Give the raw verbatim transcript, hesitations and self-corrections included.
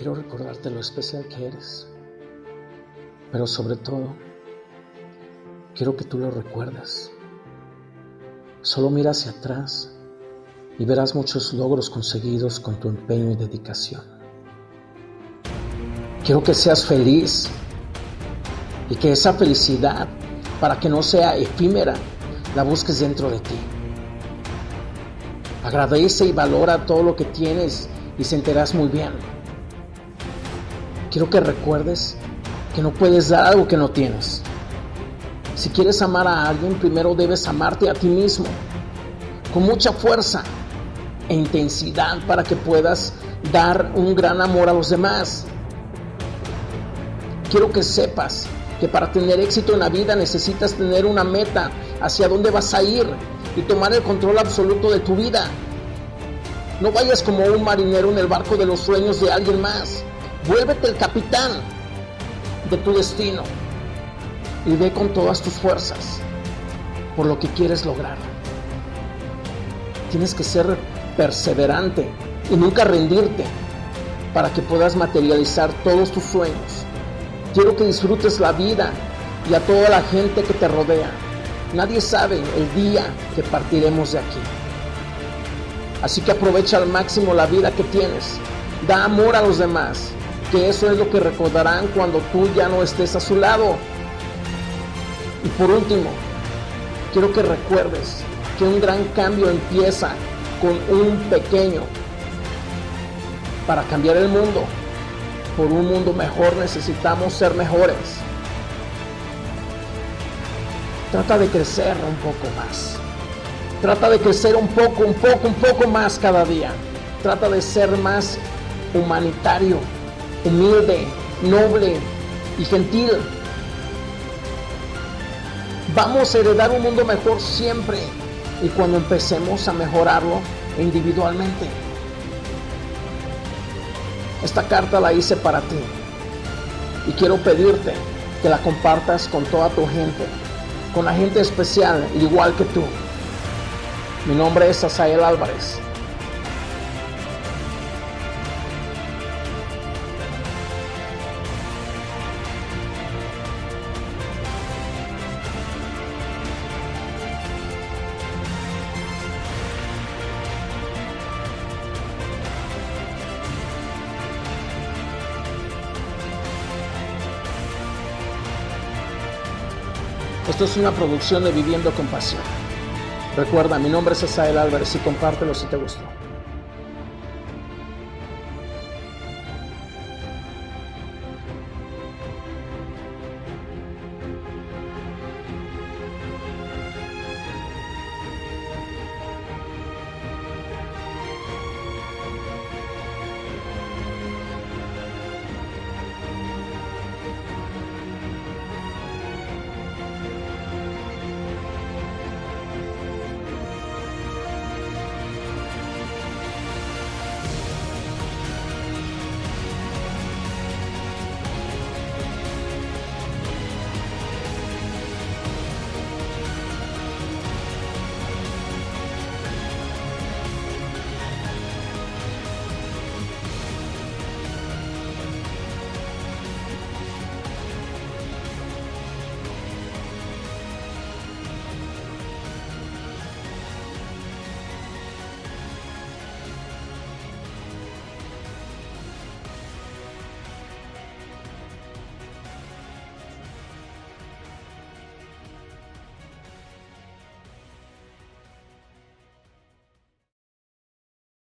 quiero recordarte lo especial que eres. Pero sobre todo, quiero que tú lo recuerdes. Solo mira hacia atrás y verás muchos logros conseguidos con tu empeño y dedicación. Quiero que seas feliz y que esa felicidad, para que no sea efímera, la busques dentro de ti. Agradece y valora todo lo que tienes y sentirás muy bien. Quiero que recuerdes que no puedes dar algo que no tienes. Si quieres amar a alguien, primero debes amarte a ti mismo, con mucha fuerza e intensidad para que puedas dar un gran amor a los demás. Quiero que sepas que para tener éxito en la vida necesitas tener una meta hacia dónde vas a ir y tomar el control absoluto de tu vida. No vayas como un marinero en el barco de los sueños de alguien más. Vuélvete el capitán de tu destino y ve con todas tus fuerzas por lo que quieres lograr. Tienes que ser perseverante y nunca rendirte para que puedas materializar todos tus sueños. Quiero que disfrutes la vida y a toda la gente que te rodea. Nadie sabe el día que partiremos de aquí. Así que aprovecha al máximo la vida que tienes. Da amor a los demás, que eso es lo que recordarán cuando tú ya no estés a su lado. Y por último, quiero que recuerdes que un gran cambio empieza con un pequeño. Para cambiar el mundo, por un mundo mejor necesitamos ser mejores. Trata de crecer un poco más. Trata de crecer un poco, un poco, un poco más cada día. Trata de ser más humanitario, humilde, noble y gentil. Vamos a heredar un mundo mejor siempre y cuando empecemos a mejorarlo individualmente. Esta carta la hice para ti y quiero pedirte que la compartas con toda tu gente, con la gente especial igual que tú. Mi nombre es Asael Álvarez. Esto es una producción de Viviendo con Pasión. Recuerda, mi nombre es Asael Álvarez y compártelo si te gustó.